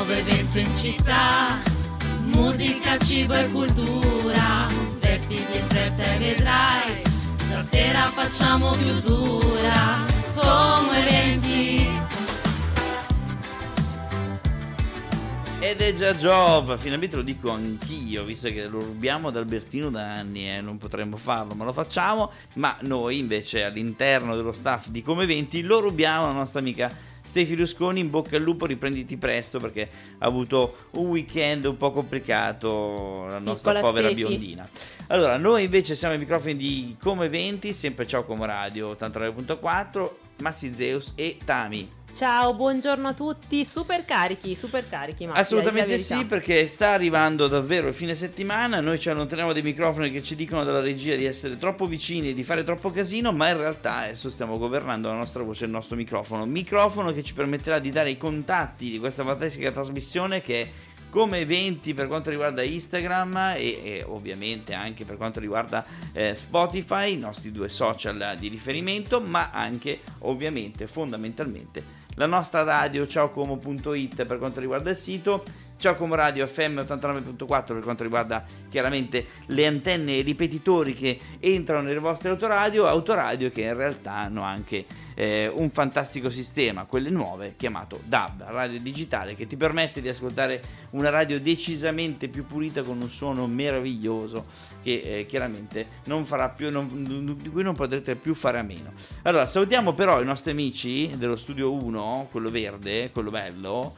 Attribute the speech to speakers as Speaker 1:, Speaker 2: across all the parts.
Speaker 1: nuovo evento in città, musica, cibo e cultura, vestiti in fretta e vedrai, stasera facciamo chiusura, come eventi.
Speaker 2: Ed è già Giove, finalmente lo dico anch'io, visto che lo rubiamo ad Albertino da anni e non potremmo farlo, ma lo facciamo. Ma noi invece all'interno dello staff di Come Eventi lo rubiamo alla nostra amica Stefi Rusconi. In bocca al lupo, riprenditi presto perché ha avuto un weekend un po' complicato la nostra
Speaker 3: Piccola
Speaker 2: povera
Speaker 3: Stefi.
Speaker 2: biondina. Allora, noi invece siamo ai microfoni di Come Eventi, sempre Ciao Como Radio 89.4, Massi Zeus e Tami.
Speaker 3: Ciao, buongiorno a tutti, super carichi, Massi,
Speaker 2: Assolutamente
Speaker 3: la verità.
Speaker 2: sì, perché sta arrivando davvero il fine settimana. Noi ci allontaniamo dai microfoni che ci dicono dalla regia di essere troppo vicini e di fare troppo casino, ma in realtà adesso stiamo governando la nostra voce e il nostro microfono che ci permetterà di dare i contatti di questa fantastica trasmissione che è Come Eventi per quanto riguarda Instagram e ovviamente anche per quanto riguarda Spotify, i nostri due social di riferimento, ma anche ovviamente fondamentalmente la nostra radio ciaocomo.it per quanto riguarda il sito, Ciao Como Radio FM 89.4 per quanto riguarda chiaramente le antenne e i ripetitori che entrano nelle vostre autoradio che in realtà hanno anche un fantastico sistema, quelle nuove, chiamato DAB, radio digitale, che ti permette di ascoltare una radio decisamente più pulita con un suono meraviglioso che chiaramente non farà più, di cui non potrete più fare a meno. Allora, salutiamo però i nostri amici dello studio 1, quello verde, quello bello,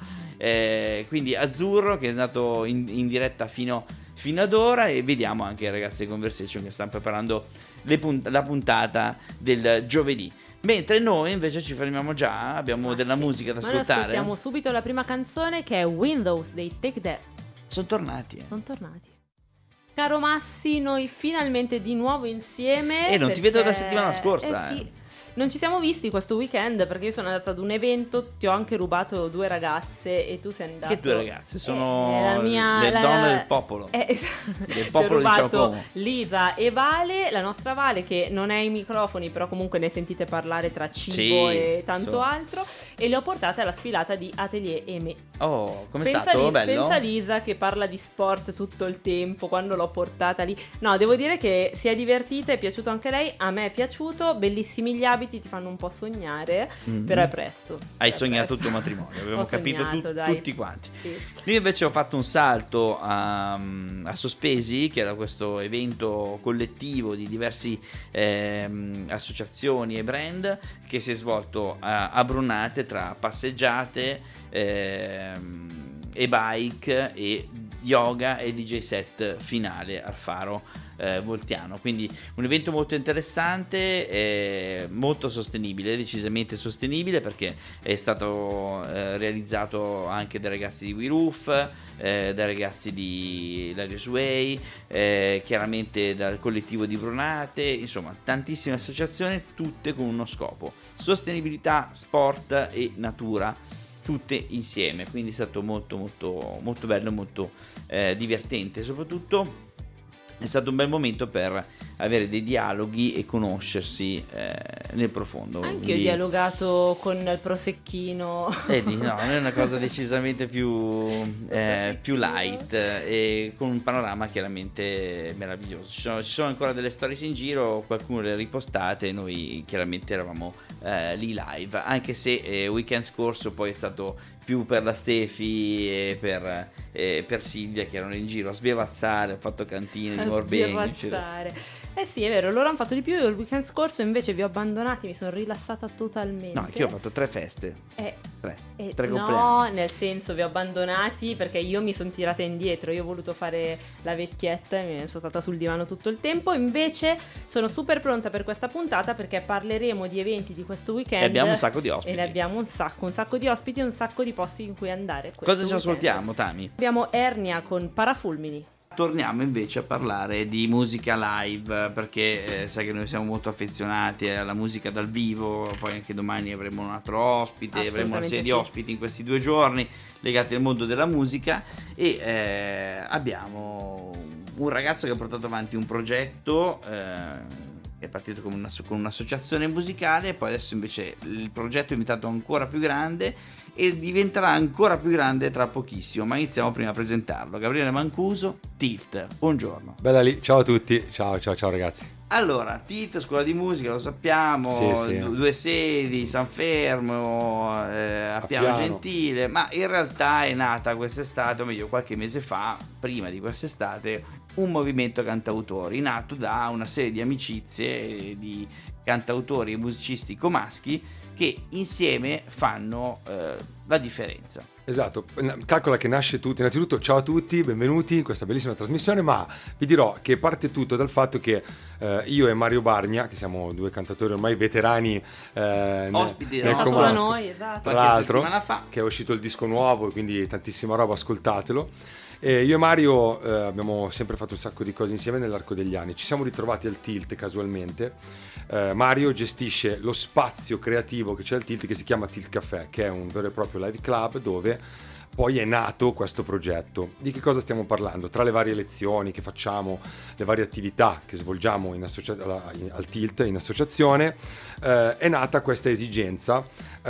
Speaker 2: quindi Azzurro che è andato in diretta fino ad ora, e vediamo anche i ragazzi di Conversation che stanno preparando la puntata del giovedì. Mentre noi invece ci fermiamo già, abbiamo della musica da
Speaker 3: Noi
Speaker 2: ascoltare.
Speaker 3: ascoltiamo subito la prima canzone che è Windows dei Take That.
Speaker 2: Sono tornati.
Speaker 3: Sono tornati. Caro Massi, noi finalmente di nuovo insieme.
Speaker 2: E non ti vedo da settimana scorsa.
Speaker 3: Sì. Non ci siamo visti questo weekend perché io sono andata ad un evento, ti ho anche rubato 2 ragazze e tu sei andato.
Speaker 2: Che 2 ragazze? Sono
Speaker 3: la
Speaker 2: le donne del popolo. Del popolo di
Speaker 3: Ti ho
Speaker 2: Ciao
Speaker 3: rubato
Speaker 2: Como.
Speaker 3: Lisa e Vale, la nostra Vale che non è ai microfoni, però comunque ne sentite parlare tra cibo e tanto altro, e le ho portate alla sfilata di Atelier Aimé.
Speaker 2: Oh, com'è stato? Bello?
Speaker 3: Pensa Lisa che parla di sport tutto il tempo, quando l'ho portata lì. No, devo dire che si è divertita, è piaciuto anche lei, a me è piaciuto, bellissimi gli abiti, ti fanno un po' sognare, però è presto.
Speaker 2: Hai sognato il tuo matrimonio, abbiamo capito tutti quanti.
Speaker 3: Sì.
Speaker 2: Io invece ho fatto un salto a Sospesi, che era questo evento collettivo di diversi associazioni e brand che si è svolto a Brunate tra passeggiate, e-bike e yoga e DJ set finale al Faro Voltiano. Quindi un evento molto interessante, molto sostenibile, decisamente sostenibile, perché è stato realizzato anche dai ragazzi di We Roof, dai ragazzi di Larios Way, chiaramente dal collettivo di Brunate, insomma tantissime associazioni, tutte con uno scopo: sostenibilità, sport e natura, tutte insieme. Quindi è stato molto molto molto bello, molto divertente. Soprattutto è stato un bel momento per avere dei dialoghi e conoscersi nel profondo.
Speaker 3: Anche
Speaker 2: Quindi,
Speaker 3: io ho dialogato con il prosecchino.
Speaker 2: vedi, no, non è una cosa decisamente più light, e con un panorama chiaramente meraviglioso. Ci sono ancora delle stories in giro, qualcuno le ha ripostate, noi chiaramente eravamo lì live, anche se weekend scorso poi è stato più per la Stefi e per Silvia, che erano in giro a sbievazzare, ho fatto cantine di Morbegno.
Speaker 3: Eh sì, è vero, loro hanno fatto di più. Io il weekend scorso invece vi ho abbandonati, mi sono rilassata totalmente.
Speaker 2: No, che io ho fatto 3 feste. Tre compleanni.
Speaker 3: No, nel senso vi ho abbandonati perché io mi sono tirata indietro. Io ho voluto fare la vecchietta e sono stata sul divano tutto il tempo. Invece sono super pronta per questa puntata perché parleremo di eventi di questo weekend.
Speaker 2: E abbiamo un sacco di ospiti.
Speaker 3: E ne abbiamo un sacco di ospiti e un sacco di posti in cui andare.
Speaker 2: Cosa ci ascoltiamo, Tami?
Speaker 3: Abbiamo Ernia con Parafulmini.
Speaker 2: Torniamo invece a parlare di musica live, perché sai che noi siamo molto affezionati alla musica dal vivo. Poi anche domani avremo un altro ospite, avremo una serie di ospiti in questi 2 giorni legati al mondo della musica, e abbiamo un ragazzo che ha portato avanti un progetto è partito con un'associazione musicale, e poi adesso invece il progetto è diventato ancora più grande e diventerà ancora più grande tra pochissimo, ma iniziamo prima a presentarlo. Gabriele Mancuso, Tilt, buongiorno.
Speaker 4: Bella lì, ciao a tutti, ciao ragazzi.
Speaker 2: Allora, Tilt, scuola di musica, lo sappiamo,
Speaker 4: Sì.
Speaker 2: 2 sedi, San Fermo, a Piano Gentile, ma in realtà è nata quest'estate, o meglio qualche mese fa, prima di quest'estate, un movimento cantautori nato da una serie di amicizie di cantautori e musicisti comaschi che insieme fanno la differenza.
Speaker 4: Esatto, calcola che nasce tutto, innanzitutto ciao a tutti, benvenuti in questa bellissima trasmissione, ma vi dirò che parte tutto dal fatto che io e Mario Bargna, che siamo 2 cantatori ormai veterani
Speaker 2: ospiti
Speaker 4: nel
Speaker 3: solo da noi, esatto.
Speaker 4: tra l'altro,
Speaker 2: fa.
Speaker 4: che è uscito il disco nuovo, quindi tantissima roba, ascoltatelo. Io e Mario abbiamo sempre fatto un sacco di cose insieme nell'arco degli anni, ci siamo ritrovati al Tilt casualmente. Mario gestisce lo spazio creativo che c'è al Tilt, che si chiama Tilt Café, che è un vero e proprio live club dove poi è nato questo progetto. Di che cosa stiamo parlando? Tra le varie lezioni che facciamo, le varie attività che svolgiamo al Tilt in associazione, è nata questa esigenza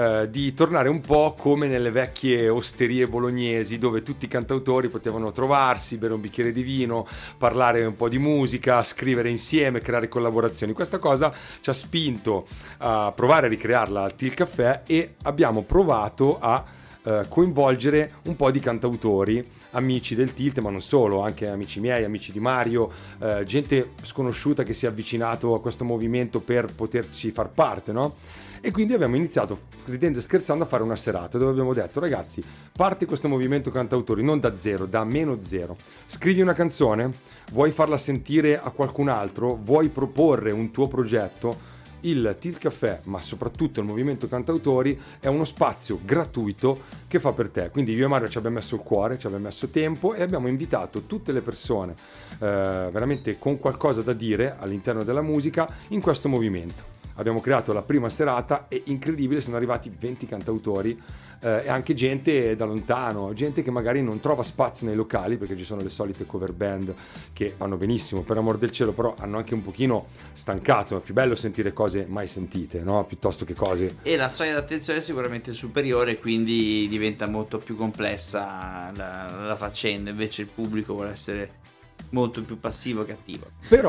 Speaker 4: di tornare un po' come nelle vecchie osterie bolognesi, dove tutti i cantautori potevano trovarsi, bere un bicchiere di vino, parlare un po' di musica, scrivere insieme, creare collaborazioni. Questa cosa ci ha spinto a provare a ricrearla al Tilt Café e abbiamo provato a coinvolgere un po' di cantautori, amici del Tilt, ma non solo, anche amici miei, amici di Mario, gente sconosciuta che si è avvicinato a questo movimento per poterci far parte, no? E quindi abbiamo iniziato, ridendo e scherzando, a fare una serata dove abbiamo detto: ragazzi, parte questo movimento cantautori non da zero, da -0. Scrivi una canzone, vuoi farla sentire a qualcun altro, vuoi proporre un tuo progetto? Il Tilt Café, ma soprattutto il movimento cantautori, è uno spazio gratuito che fa per te. Quindi io e Mario ci abbiamo messo il cuore, ci abbiamo messo tempo e abbiamo invitato tutte le persone veramente con qualcosa da dire all'interno della musica in questo movimento. Abbiamo creato la prima serata e incredibile, sono arrivati 20 cantautori e anche gente da lontano, gente che magari non trova spazio nei locali, perché ci sono le solite cover band che vanno benissimo, per amor del cielo, però hanno anche un pochino stancato. È più bello sentire cose mai sentite, no? Piuttosto che cose...
Speaker 2: E la soglia d'attenzione è sicuramente superiore, quindi diventa molto più complessa la faccenda, invece il pubblico vuole essere molto più passivo che attivo.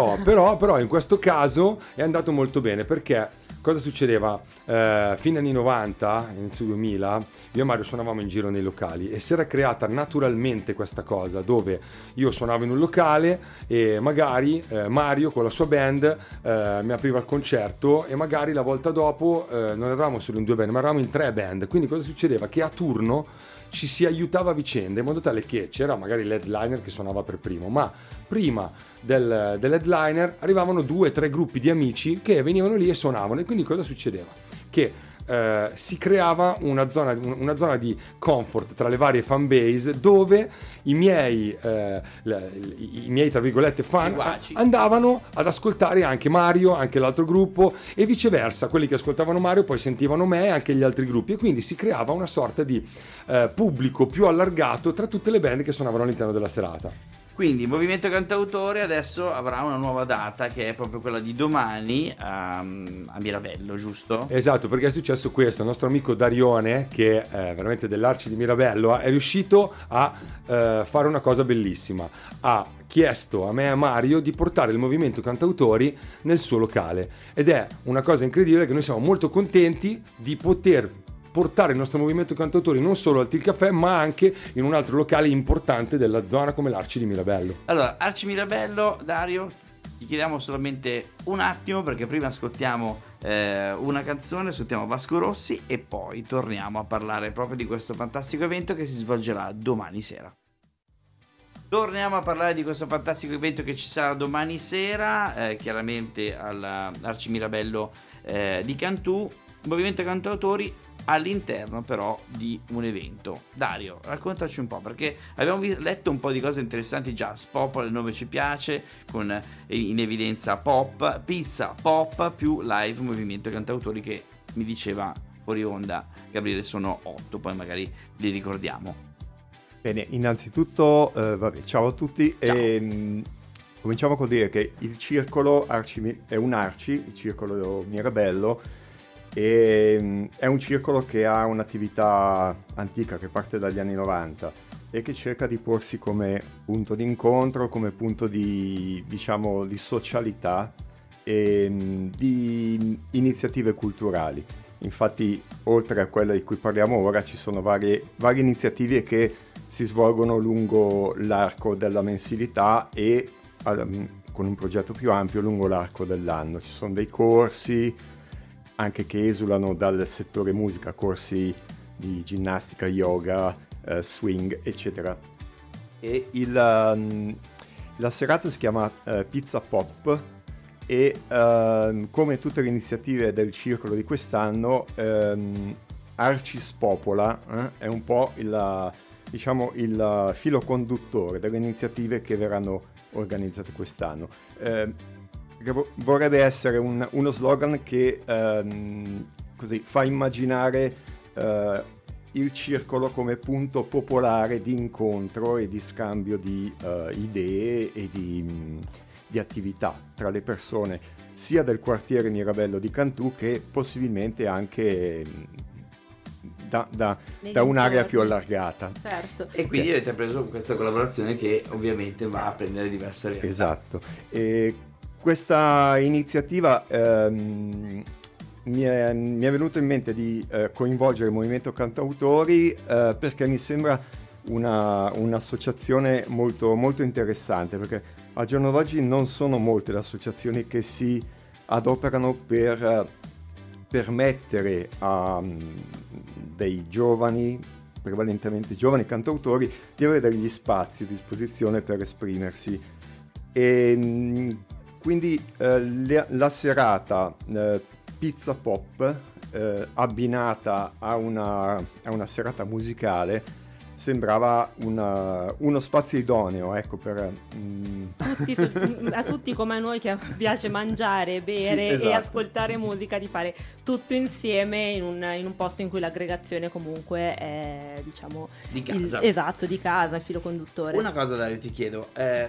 Speaker 4: Però in questo caso è andato molto bene, perché cosa succedeva? Fine anni 90, inizio 2000, io e Mario suonavamo in giro nei locali e si era creata naturalmente questa cosa dove io suonavo in un locale e magari Mario con la sua band mi apriva il concerto e magari la volta dopo non eravamo solo in 2 band, ma eravamo in 3 band. Quindi cosa succedeva? Che a turno ci si aiutava a vicenda, in modo tale che c'era magari l'headliner che suonava per primo, ma prima dell'headliner arrivavano 2-3 gruppi di amici che venivano lì e suonavano. E quindi cosa succedeva? Che si creava una zona di comfort tra le varie fan base, dove i miei tra virgolette fan
Speaker 2: Seguaci
Speaker 4: andavano ad ascoltare anche Mario, anche l'altro gruppo, e viceversa, quelli che ascoltavano Mario poi sentivano me e anche gli altri gruppi, e quindi si creava una sorta di pubblico più allargato tra tutte le band che suonavano all'interno della serata.
Speaker 2: Quindi il movimento cantautore adesso avrà una nuova data, che è proprio quella di domani a Mirabello, giusto?
Speaker 4: Esatto, perché è successo questo: il nostro amico Darione, che è veramente dell'Arci di Mirabello, è riuscito a fare una cosa bellissima. Ha chiesto a me e a Mario di portare il movimento cantautori nel suo locale, ed è una cosa incredibile, che noi siamo molto contenti di poter portare il nostro movimento cantautori non solo al Tilt Café, ma anche in un altro locale importante della zona come l'Arci di Mirabello.
Speaker 2: Allora, Arci Mirabello, Dario, ti chiediamo solamente un attimo, perché prima ascoltiamo una canzone, ascoltiamo Vasco Rossi e poi torniamo a parlare proprio di questo fantastico evento che si svolgerà domani sera. Torniamo a parlare di questo fantastico evento che ci sarà domani sera, chiaramente all'Arci Mirabello di Cantù, movimento cantautori all'interno però di un evento. Dario, raccontaci un po', perché abbiamo letto un po' di cose interessanti già. Spopolo, il nome ci piace, con in evidenza pop, pizza, pop più live, movimento cantautori, che mi diceva fuori onda Gabriele sono 8, poi magari li ricordiamo.
Speaker 5: Bene, innanzitutto ciao a tutti.
Speaker 2: Ciao.
Speaker 5: Cominciamo col dire che il circolo è un Arci, il circolo Mirabello, e è un circolo che ha un'attività antica che parte dagli anni 90 e che cerca di porsi come punto di incontro, come punto di, diciamo, di socialità e di iniziative culturali. Infatti, oltre a quella di cui parliamo ora, ci sono varie iniziative che si svolgono lungo l'arco della mensilità e con un progetto più ampio lungo l'arco dell'anno. Ci sono dei corsi anche che esulano dal settore musica, corsi di ginnastica, yoga, swing, eccetera. E la serata si chiama Pizza Pop e come tutte le iniziative del circolo di quest'anno, Arci Spopola è un po' il filo conduttore delle iniziative che verranno organizzate quest'anno. Vorrebbe essere uno slogan che così fa immaginare il circolo come punto popolare di incontro e di scambio di idee e di attività tra le persone sia del quartiere Mirabello di Cantù che possibilmente anche da un'area più allargata.
Speaker 3: Certo.
Speaker 2: E quindi avete preso questa collaborazione che ovviamente va a prendere diverse realtà.
Speaker 5: Esatto. E questa iniziativa mi è venuto in mente di coinvolgere il Movimento Cantautori perché mi sembra un'associazione molto, molto interessante, perché al giorno d'oggi non sono molte le associazioni che si adoperano per permettere a dei giovani, prevalentemente giovani cantautori, di avere degli spazi a disposizione per esprimersi. E quindi la serata Pizza Pop abbinata a una serata musicale sembrava uno spazio idoneo, ecco, per
Speaker 3: a tutti come a noi che piace mangiare, bere,
Speaker 5: sì, esatto,
Speaker 3: e ascoltare musica, di fare tutto insieme in un posto in cui l'aggregazione comunque è, diciamo,
Speaker 2: di casa.
Speaker 3: Esatto, di casa, il filo conduttore.
Speaker 2: Una cosa, Dario, ti chiedo,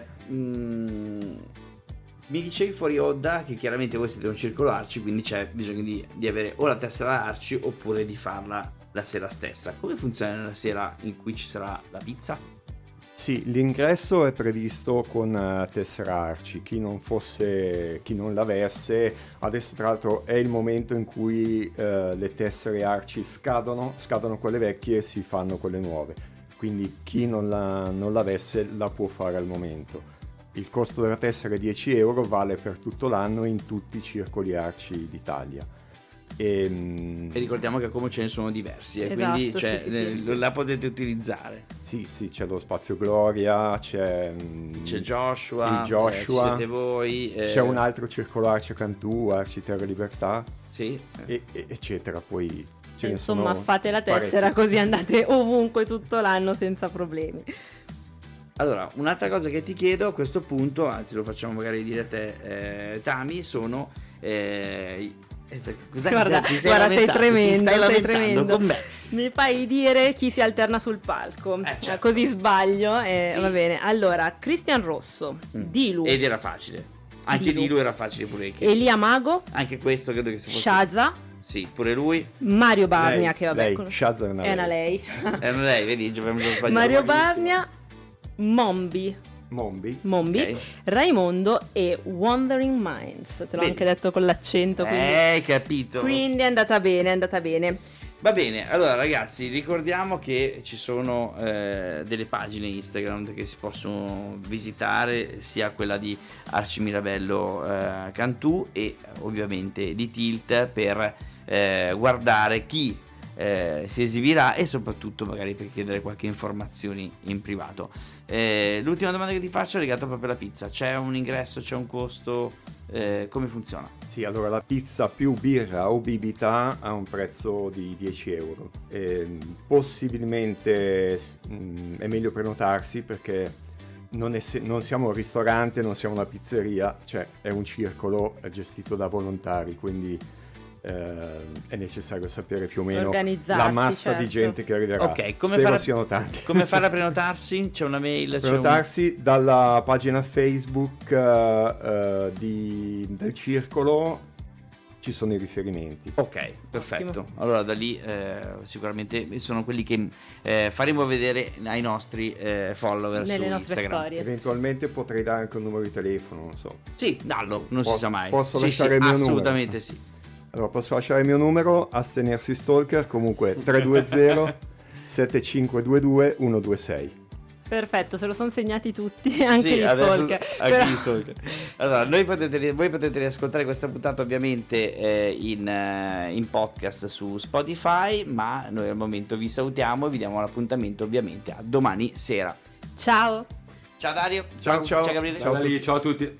Speaker 2: mi dicevi fuori onda che chiaramente voi siete un circolo Arci, quindi c'è bisogno di avere o la tessera Arci oppure di farla la sera stessa. Come funziona la sera in cui ci sarà la pizza?
Speaker 5: Sì, l'ingresso è previsto con tessera Arci. Chi non l'avesse, adesso tra l'altro è il momento in cui le tessere Arci scadono quelle vecchie e si fanno quelle nuove. Quindi chi non l'avesse la può fare al momento. Il costo della tessera è 10 euro, vale per tutto l'anno in tutti i circoli Arci d'Italia. E
Speaker 2: ricordiamo che come ce ne sono diversi,
Speaker 3: esatto,
Speaker 2: quindi
Speaker 3: sì.
Speaker 2: la potete utilizzare.
Speaker 5: Sì, c'è lo Spazio Gloria, c'è
Speaker 2: Joshua, siete voi,
Speaker 5: c'è un altro circolo Arci a Cantù, Arci Terra Libertà,
Speaker 2: sì,
Speaker 5: eccetera. Poi ce ne
Speaker 3: insomma,
Speaker 5: sono
Speaker 3: fate la tessera
Speaker 5: parecchi.
Speaker 3: così andate ovunque tutto l'anno senza problemi.
Speaker 2: Allora, un'altra cosa che ti chiedo a questo punto, anzi lo facciamo magari dire a te, Tami, sono
Speaker 3: Guarda, sei tremendo,
Speaker 2: stai
Speaker 3: tremendo.
Speaker 2: Con me.
Speaker 3: Mi fai dire chi si alterna sul palco,
Speaker 2: certo.
Speaker 3: Così sbaglio e
Speaker 2: sì.
Speaker 3: Va bene. Allora, Cristian Rosso, Dilu.
Speaker 2: Ed era facile. Anche Dilu era facile pure.
Speaker 3: Elia Mago.
Speaker 2: Anche questo credo che si fosse.
Speaker 3: Shaza.
Speaker 2: Sì, pure lui.
Speaker 3: Mario Barnia, che vabbè.
Speaker 5: Shaza è una
Speaker 3: lei.
Speaker 2: Era lei, vedi, ci abbiamo già sbagliato.
Speaker 3: Mario Barnia, Mombi,
Speaker 2: okay.
Speaker 3: Raimondo e Wandering Minds. Te l'ho anche detto con l'accento.
Speaker 2: Capito.
Speaker 3: Quindi è andata bene.
Speaker 2: Va bene, allora ragazzi, ricordiamo che ci sono delle pagine Instagram che si possono visitare, sia quella di Arci Mirabello Cantù e ovviamente di Tilt, per guardare chi si esibirà e soprattutto magari per chiedere qualche informazione in privato. L'ultima domanda che ti faccio è legata proprio alla pizza: c'è un ingresso, c'è un costo, come funziona?
Speaker 5: Sì, allora la pizza più birra o bibita ha un prezzo di 10 euro. Possibilmente è meglio prenotarsi, perché non siamo un ristorante, non siamo una pizzeria, cioè è un circolo gestito da volontari, quindi è necessario sapere più o meno
Speaker 3: Organizzarsi,
Speaker 5: la massa
Speaker 3: certo.
Speaker 5: di gente che arriverà.
Speaker 2: Ok,
Speaker 5: Spero siano tanti.
Speaker 2: Come fare a prenotarsi? C'è una mail?
Speaker 5: Prenotarsi dalla pagina Facebook del circolo, ci sono i riferimenti.
Speaker 2: Ok, perfetto.
Speaker 3: Ottimo.
Speaker 2: Allora da lì sicuramente sono quelli che faremo vedere ai nostri follower
Speaker 3: Nelle
Speaker 2: su
Speaker 3: nostre
Speaker 2: Instagram.
Speaker 3: storie.
Speaker 5: Eventualmente potrei dare anche un numero di telefono, non so.
Speaker 2: Sì, dallo, non si sa mai.
Speaker 5: Posso
Speaker 2: Sì,
Speaker 5: lasciare
Speaker 2: sì,
Speaker 5: il mio numero?
Speaker 2: assolutamente sì.
Speaker 5: Allora, posso lasciare il mio numero, astenersi stalker, comunque 320 7522 126.
Speaker 3: Perfetto, se lo sono segnati tutti, anche
Speaker 2: Sì,
Speaker 3: gli
Speaker 2: adesso
Speaker 3: stalker.
Speaker 2: anche
Speaker 3: Però-
Speaker 2: gli stalker. Allora, voi potete riascoltare questa puntata ovviamente in podcast su Spotify, ma noi al momento vi salutiamo e vi diamo l'appuntamento ovviamente a domani sera.
Speaker 3: Ciao.
Speaker 2: Ciao Dario.
Speaker 5: Ciao.
Speaker 2: Ciao Gabriele.
Speaker 4: Ciao da lì, ciao a tutti.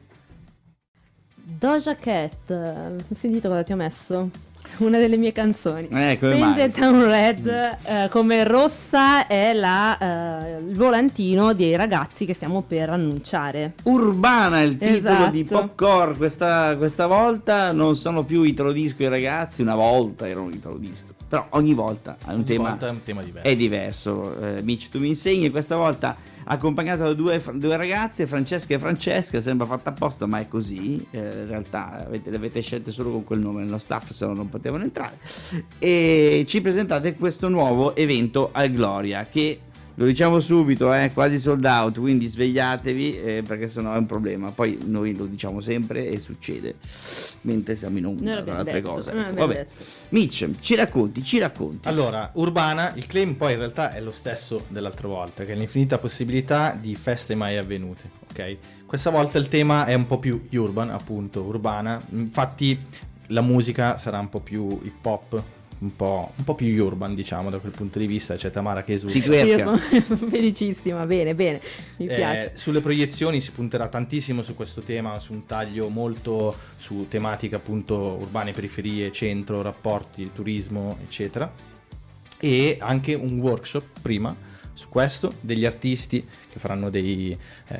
Speaker 3: Doja Cat, hai sentito cosa ti ho messo? Una delle mie canzoni.
Speaker 2: Come mai?
Speaker 3: Painted Town Red, come rossa è il volantino dei ragazzi che stiamo per annunciare.
Speaker 2: Urbana è il titolo
Speaker 3: Esatto.
Speaker 2: di Popcorn questa volta. Non sono più Italo Disco i ragazzi, una volta erano Italo Disco, però ogni volta è un tema
Speaker 6: diverso.
Speaker 2: è diverso. Mitch, tu mi insegni, questa volta accompagnato da due ragazze, Francesca e Francesca, sembra fatta apposta ma è così, in realtà le avete scelte solo con quel nome nello staff, se no non potevano entrare, e ci presentate questo nuovo evento al Gloria che, lo diciamo subito, è quasi sold out, quindi svegliatevi perché sennò è un problema. Poi noi lo diciamo sempre e succede mentre siamo in onda con altre cose. Vabbè, Mitch, ci racconti.
Speaker 6: Allora, Urbana, il claim poi in realtà è lo stesso dell'altra volta, che è l'infinita possibilità di feste mai avvenute, ok? Questa volta il tema è un po' più urban, appunto, urbana. Infatti la musica sarà un po' più hip hop, un po' più urban, diciamo, da quel punto di vista. C'è Tamara che esulta.
Speaker 2: Si
Speaker 3: Sì, io
Speaker 2: twerca.
Speaker 3: sono felicissima, bene, mi piace.
Speaker 6: Sulle proiezioni si punterà tantissimo su questo tema, su un taglio molto su tematiche appunto urbane, periferie, centro, rapporti, turismo, eccetera, e anche un workshop prima su questo, degli artisti che faranno dei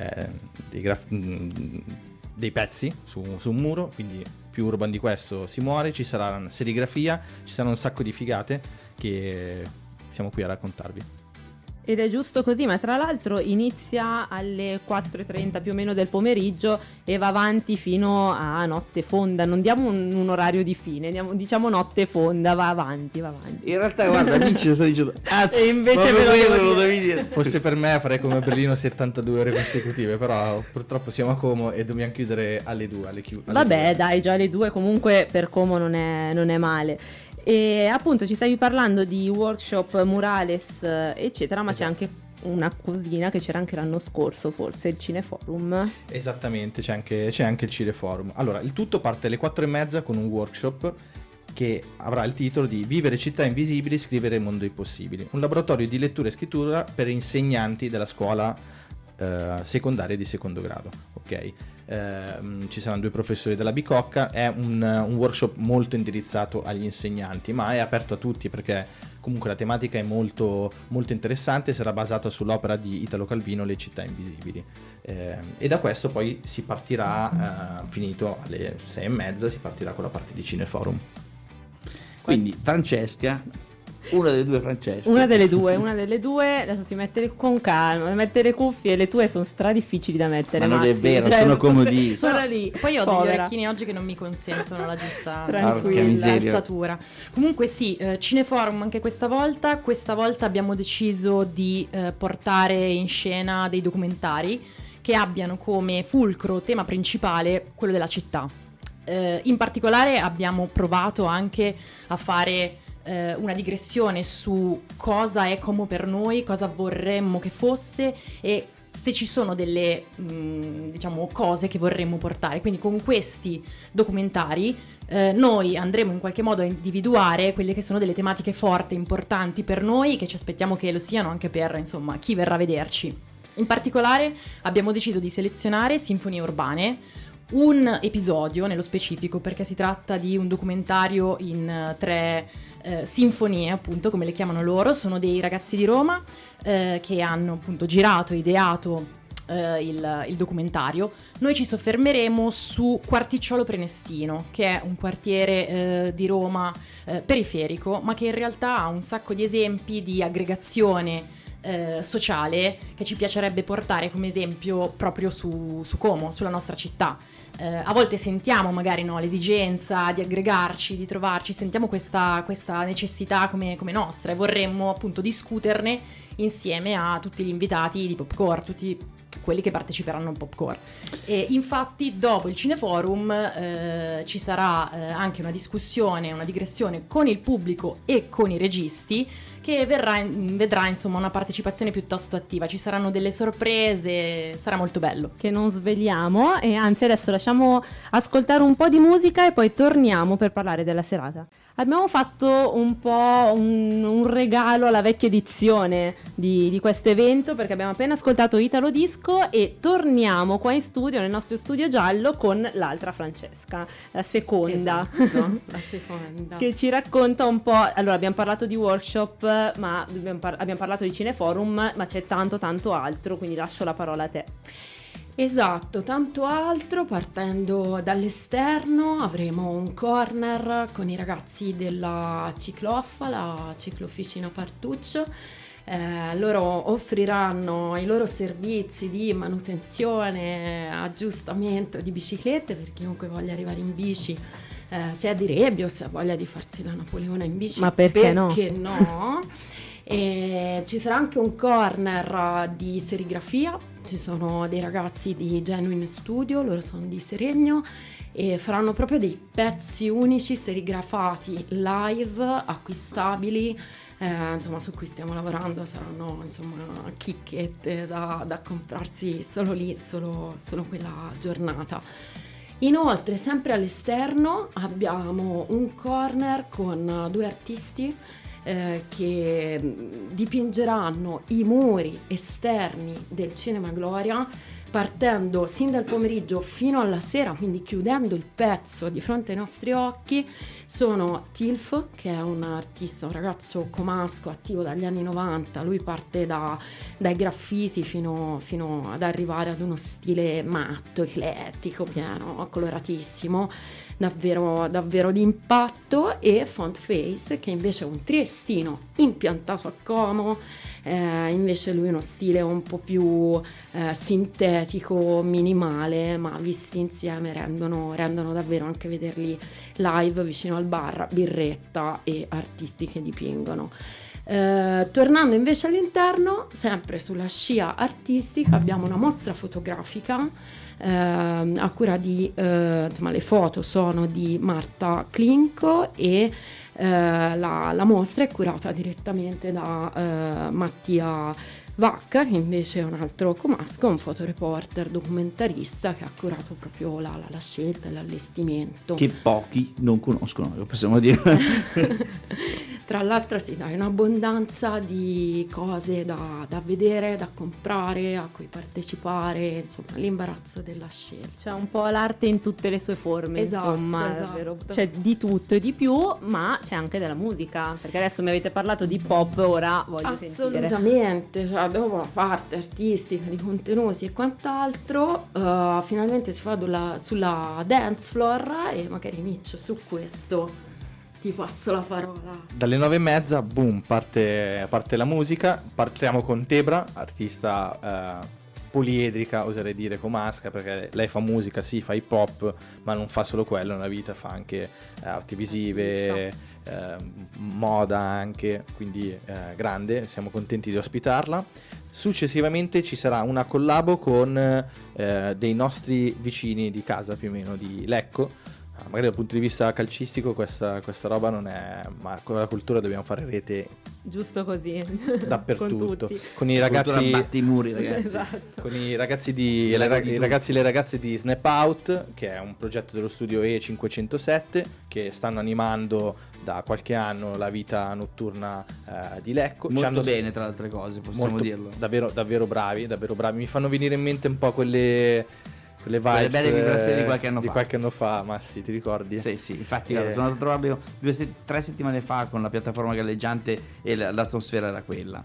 Speaker 6: pezzi su un muro, quindi più urban di questo si muore. Ci sarà una serigrafia, ci saranno un sacco di figate che siamo qui a raccontarvi.
Speaker 3: Ed è giusto così, ma tra l'altro inizia alle 4:30 più o meno del pomeriggio e va avanti fino a notte fonda. Non diamo un orario di fine, diciamo notte fonda, va avanti.
Speaker 2: In realtà guarda, Mitch sta dicendo
Speaker 3: E invece
Speaker 2: proprio
Speaker 3: me lo
Speaker 2: quello
Speaker 3: devo
Speaker 2: lo
Speaker 3: dire.
Speaker 2: devi dire.
Speaker 6: Fosse per me farei come a Berlino 72 ore consecutive, però purtroppo siamo a Como e dobbiamo chiudere alle 2.
Speaker 3: Vabbè, dai, già alle 2 comunque per Como non è male. E appunto ci stavi parlando di workshop, murales, eccetera, ma
Speaker 6: Esatto.
Speaker 3: c'è anche una cosina che c'era anche l'anno scorso, forse, il Cineforum.
Speaker 6: Esattamente, c'è anche il Cineforum. Allora, il tutto parte alle 4:30 con un workshop che avrà il titolo di Vivere città invisibili, scrivere il mondo impossibile. Un laboratorio di lettura e scrittura per insegnanti della scuola secondaria di secondo grado, ok? Ci saranno 2 professori della Bicocca. È un workshop molto indirizzato agli insegnanti, ma è aperto a tutti perché comunque la tematica è molto, molto interessante. Sarà basata sull'opera di Italo Calvino, Le città invisibili, e da questo poi si partirà, finito alle 6:30, si partirà con la parte di Cineforum.
Speaker 2: Quindi Francesca, una delle due Francesche.
Speaker 3: Una delle due, adesso si mette con calma, mette le cuffie, le tue sono difficili da mettere.
Speaker 2: Ma non è
Speaker 3: Massi,
Speaker 2: vero, sono comodissime.
Speaker 3: Sono lì.
Speaker 7: Poi ho degli
Speaker 3: povera.
Speaker 7: orecchini oggi che non mi consentono la giusta
Speaker 3: Tranquilla.
Speaker 2: miseria.
Speaker 7: alzatura. Comunque sì, Cineforum anche questa volta. Questa volta abbiamo deciso di portare in scena dei documentari che abbiano come fulcro, tema principale, quello della città. In particolare abbiamo provato anche a fare una digressione su cosa è Como per noi, cosa vorremmo che fosse e se ci sono delle diciamo cose che vorremmo portare. Quindi con questi documentari noi andremo in qualche modo a individuare quelle che sono delle tematiche forti, importanti per noi, che ci aspettiamo che lo siano anche per, insomma, chi verrà a vederci. In particolare abbiamo deciso di selezionare Sinfonie Urbane, un episodio nello specifico, perché si tratta di un documentario in 3 sinfonie, appunto, come le chiamano loro. Sono dei ragazzi di Roma che hanno appunto girato, ideato il documentario. Noi ci soffermeremo su Quarticciolo Prenestino, che è un quartiere di Roma periferico, ma che in realtà ha un sacco di esempi di aggregazione sociale che ci piacerebbe portare come esempio proprio su Como, sulla nostra città. A volte sentiamo magari l'esigenza di aggregarci, di trovarci, sentiamo questa necessità come nostra e vorremmo appunto discuterne insieme a tutti gli invitati di Popcore, tutti quelli che parteciperanno a Popcore. E infatti dopo il Cineforum ci sarà anche una discussione, una digressione con il pubblico e con i registi, che vedrà insomma una partecipazione piuttosto attiva. Ci saranno delle sorprese, sarà molto bello.
Speaker 3: Che non sveliamo, e anzi adesso lasciamo ascoltare un po' di musica e poi torniamo per parlare della serata. Abbiamo fatto un po' un regalo alla vecchia edizione di questo evento, perché abbiamo appena ascoltato Italo Disco e torniamo qua in studio, nel nostro studio giallo, con l'altra Francesca, la seconda.
Speaker 7: Esatto, la seconda.
Speaker 3: Che ci racconta un po'. Allora, abbiamo parlato di workshop, ma abbiamo parlato di Cineforum, ma c'è tanto altro, quindi lascio la parola a te.
Speaker 7: Esatto, tanto altro. Partendo dall'esterno avremo un corner con i ragazzi della Cicloffa, la Ciclofficina Partuccio. Loro offriranno i loro servizi di manutenzione, aggiustamento di biciclette per chiunque voglia arrivare in bici, se ha di Rebbio, se ha voglia di farsi la Napoleone in bici.
Speaker 3: Ma perché no?
Speaker 7: E ci sarà anche un corner di serigrafia. Ci sono dei ragazzi di Genuine Studio, loro sono di Seregno e faranno proprio dei pezzi unici serigrafati live, acquistabili, insomma, su cui stiamo lavorando. Saranno insomma chicchette da comprarsi solo lì, solo quella giornata. Inoltre, sempre all'esterno abbiamo un corner con 2 artisti che dipingeranno i muri esterni del Cinema Gloria, partendo sin dal pomeriggio fino alla sera, quindi chiudendo il pezzo di fronte ai nostri occhi. Sono Tilf, che è un artista, un ragazzo comasco attivo dagli anni 90. Lui parte dai graffiti fino ad arrivare ad uno stile matto, eclettico, pieno, coloratissimo, davvero di impatto. E Font Face, che invece è un triestino impiantato a Como, invece lui uno stile un po' più sintetico, minimale, ma visti insieme rendono davvero, anche vederli live vicino al bar, birretta e artisti che dipingono. Tornando invece all'interno, sempre sulla scia artistica, abbiamo una mostra fotografica a cura di insomma, le foto sono di Marta Clinco e la mostra è curata direttamente da Mattia Vacca, che invece è un altro comasco, un fotoreporter documentarista che ha curato proprio la scelta e l'allestimento.
Speaker 2: Che pochi non conoscono, lo possiamo dire.
Speaker 7: Tra l'altro sì, dai, un'abbondanza di cose da vedere, da comprare, a cui partecipare, insomma, l'imbarazzo della scelta.
Speaker 3: C'è un po' l'arte in tutte le sue forme,
Speaker 7: Esatto,
Speaker 3: insomma,
Speaker 7: esatto.
Speaker 3: davvero. C'è di tutto e di più, ma c'è anche della musica, perché adesso mi avete parlato di pop, ora voglio sentire.
Speaker 7: Assolutamente, cioè, dopo la parte artistica, di contenuti e quant'altro, finalmente si va sulla dance floor e magari Miccio su questo ti passo la parola.
Speaker 6: Dalle 9:30, boom, parte la musica. Partiamo con Tebra, artista poliedrica, oserei dire, comasca, perché lei fa musica, sì, fa hip hop, ma non fa solo quello nella vita, fa anche arti visive, moda anche, quindi grande, siamo contenti di ospitarla. Successivamente ci sarà una collabo con dei nostri vicini di casa, più o meno di Lecco. Magari dal punto di vista calcistico questa roba non è, ma con la cultura dobbiamo fare rete
Speaker 3: Giusto così.
Speaker 6: dappertutto.
Speaker 3: Con tutti.
Speaker 6: Con i ragazzi,
Speaker 2: batte i muri, ragazzi.
Speaker 3: Esatto.
Speaker 6: con i ragazzi i ragazzi e le ragazze di Snap Out, che è un progetto dello studio E507, che stanno animando da qualche anno la vita notturna di Lecco.
Speaker 2: Molto bene, tra le altre cose, possiamo dirlo.
Speaker 6: Davvero bravi. Mi fanno venire in mente un po' quelle vibes,
Speaker 2: belle vibrazioni di qualche anno fa.
Speaker 6: ma sì, ti ricordi?
Speaker 2: Sì, infatti guarda, sono andato a trovarlo 3 settimane fa con la piattaforma galleggiante e l'atmosfera era quella.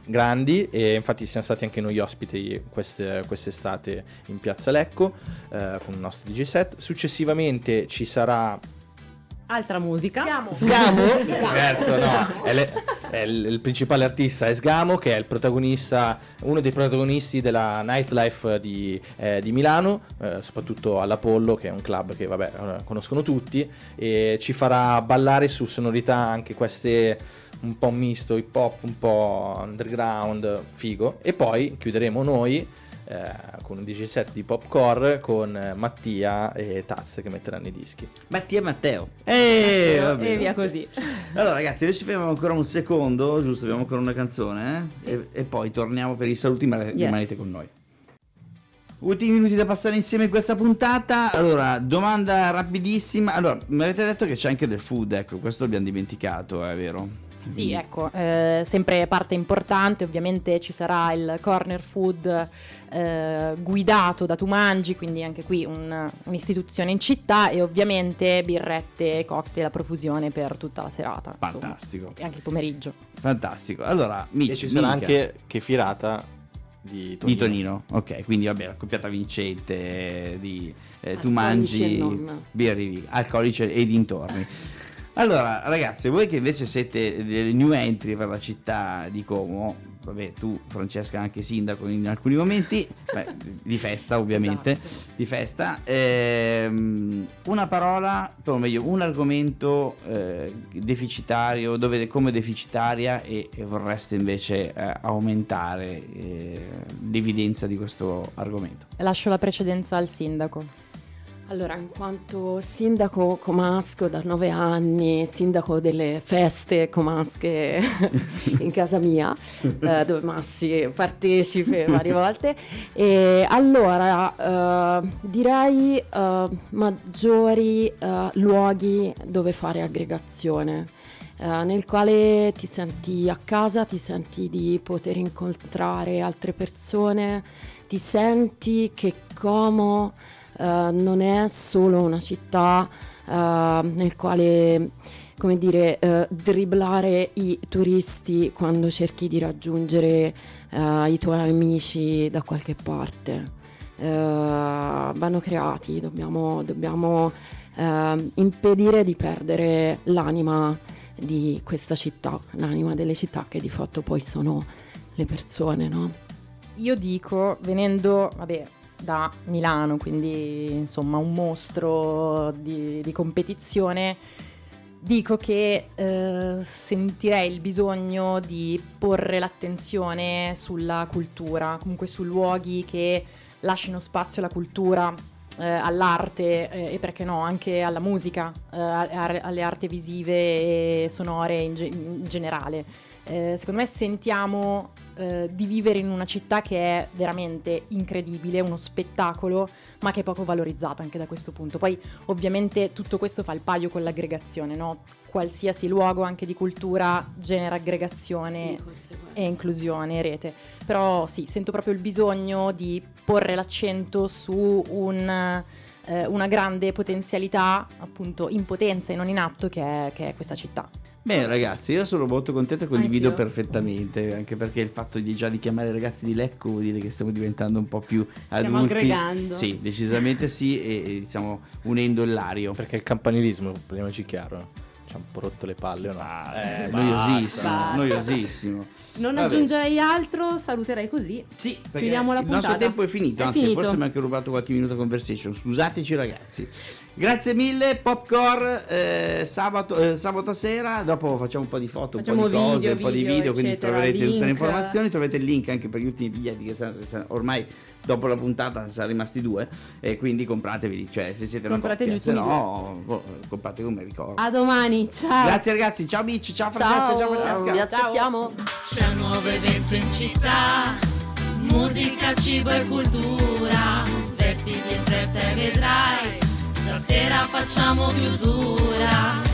Speaker 6: grandi, e infatti siamo stati anche noi ospiti quest'estate in Piazza Lecco con il nostro DJ set. Successivamente ci sarà
Speaker 3: Altra musica.
Speaker 6: Sgamo. Scherzo, no, è il principale artista è Sgamo, che è il protagonista, uno dei protagonisti della nightlife di Milano, soprattutto all'Apollo, che è un club che conoscono tutti, e ci farà ballare su sonorità anche queste un po' misto, hip hop, un po' underground, figo. E poi chiuderemo noi con un DJ set di popcore con Mattia e Taz che metteranno i dischi.
Speaker 2: Mattia e Matteo.
Speaker 3: E via così.
Speaker 2: Allora ragazzi, noi ci fermiamo ancora un secondo, giusto? Abbiamo ancora una canzone, e poi torniamo per i saluti, ma rimanete con noi. Ultimi minuti da passare insieme in questa puntata. Allora, domanda rapidissima. Allora, mi avete detto che c'è anche del food, ecco, questo l'abbiamo dimenticato, è vero?
Speaker 7: Sì, ecco, sempre parte importante, ovviamente ci sarà il corner food guidato da Tu Mangi, quindi anche qui un'istituzione in città, e ovviamente birrette e cocktail a profusione per tutta la serata.
Speaker 2: Fantastico.
Speaker 7: Insomma, e anche il pomeriggio.
Speaker 2: Fantastico. Allora,
Speaker 6: E ci sarà anche Che Firata di Tonino.
Speaker 2: Di Tonino, ok, quindi vabbè, la coppiata vincente di Tu
Speaker 8: Alcolici
Speaker 2: Mangi,
Speaker 8: e non.
Speaker 2: birri, alcolici e dintorni. Allora ragazzi, voi che invece siete delle new entry per la città di Como, vabbè, tu Francesca anche sindaco in alcuni momenti, di festa ovviamente,
Speaker 7: Esatto.
Speaker 2: di festa, una parola, o meglio un argomento deficitario, dove come deficitaria e vorreste invece aumentare l'evidenza di questo argomento.
Speaker 7: Lascio la precedenza al sindaco.
Speaker 8: Allora, in quanto sindaco comasco da 9 anni, sindaco delle feste comasche in casa mia, dove Massi partecipa varie volte, e allora direi maggiori luoghi dove fare aggregazione, nel quale ti senti a casa, ti senti di poter incontrare altre persone, ti senti che Como non è solo una città nel quale, come dire, dribblare i turisti quando cerchi di raggiungere i tuoi amici da qualche parte. Vanno creati, dobbiamo impedire di perdere l'anima di questa città, l'anima delle città, che di fatto poi sono le persone, no?
Speaker 7: Io dico, venendo, da Milano, quindi insomma un mostro di competizione, dico che sentirei il bisogno di porre l'attenzione sulla cultura, comunque su luoghi che lasciano spazio alla cultura, all'arte e perché no anche alla musica, alle arti visive e sonore in generale. Secondo me sentiamo di vivere in una città che è veramente incredibile, uno spettacolo, ma che è poco valorizzata anche da questo punto. Poi ovviamente tutto questo fa il paio con l'aggregazione, no? Qualsiasi luogo anche di cultura genera aggregazione e inclusione e rete. Però sì, sento proprio il bisogno di porre l'accento su una grande potenzialità, appunto in potenza e non in atto, che è questa città.
Speaker 2: Bene ragazzi, io sono molto contento e condivido
Speaker 3: Anch'io.
Speaker 2: perfettamente, anche perché il fatto di già di chiamare i ragazzi di Lecco vuol dire che stiamo diventando un po' più
Speaker 3: Stiamo
Speaker 2: adulti.
Speaker 3: aggregando.
Speaker 2: Sì, decisamente sì, e stiamo unendo il lario.
Speaker 6: Perché il campanilismo, parliamoci chiaro, ci ha un po' rotto le palle, o no?
Speaker 2: Noiosissimo,
Speaker 3: basta.
Speaker 2: noiosissimo.
Speaker 3: Non
Speaker 2: Vabbè.
Speaker 3: aggiungerei altro, saluterei così.
Speaker 2: Sì, perché
Speaker 3: Chiudiamo la
Speaker 2: il nostro
Speaker 3: puntata.
Speaker 2: tempo è finito,
Speaker 3: È
Speaker 2: anzi
Speaker 3: finito.
Speaker 2: forse mi ha anche rubato qualche minuto conversation, scusateci ragazzi. Grazie mille, Popcore, sabato sera, dopo facciamo un po' di foto,
Speaker 3: Facciamo
Speaker 2: un po' di cose,
Speaker 3: video,
Speaker 2: un po' di video, quindi
Speaker 3: eccetera,
Speaker 2: troverete tutte le
Speaker 3: link.
Speaker 2: informazioni, troverete il link anche per gli ultimi biglietti che ormai dopo la puntata saranno rimasti 2, e quindi comprateveli, cioè se siete una
Speaker 3: Comprate
Speaker 2: coppia,
Speaker 3: gli
Speaker 2: se
Speaker 3: ultimi
Speaker 2: no comprate come ricordo.
Speaker 3: A domani, ciao.
Speaker 2: Grazie ragazzi, ciao Mitch, ciao Francesca, ciao Francesca.
Speaker 8: Vi aspettiamo.
Speaker 1: C'è un nuovo evento in città, musica, cibo e cultura, vestiti in fretta e vedrai, stasera facciamo chiusura.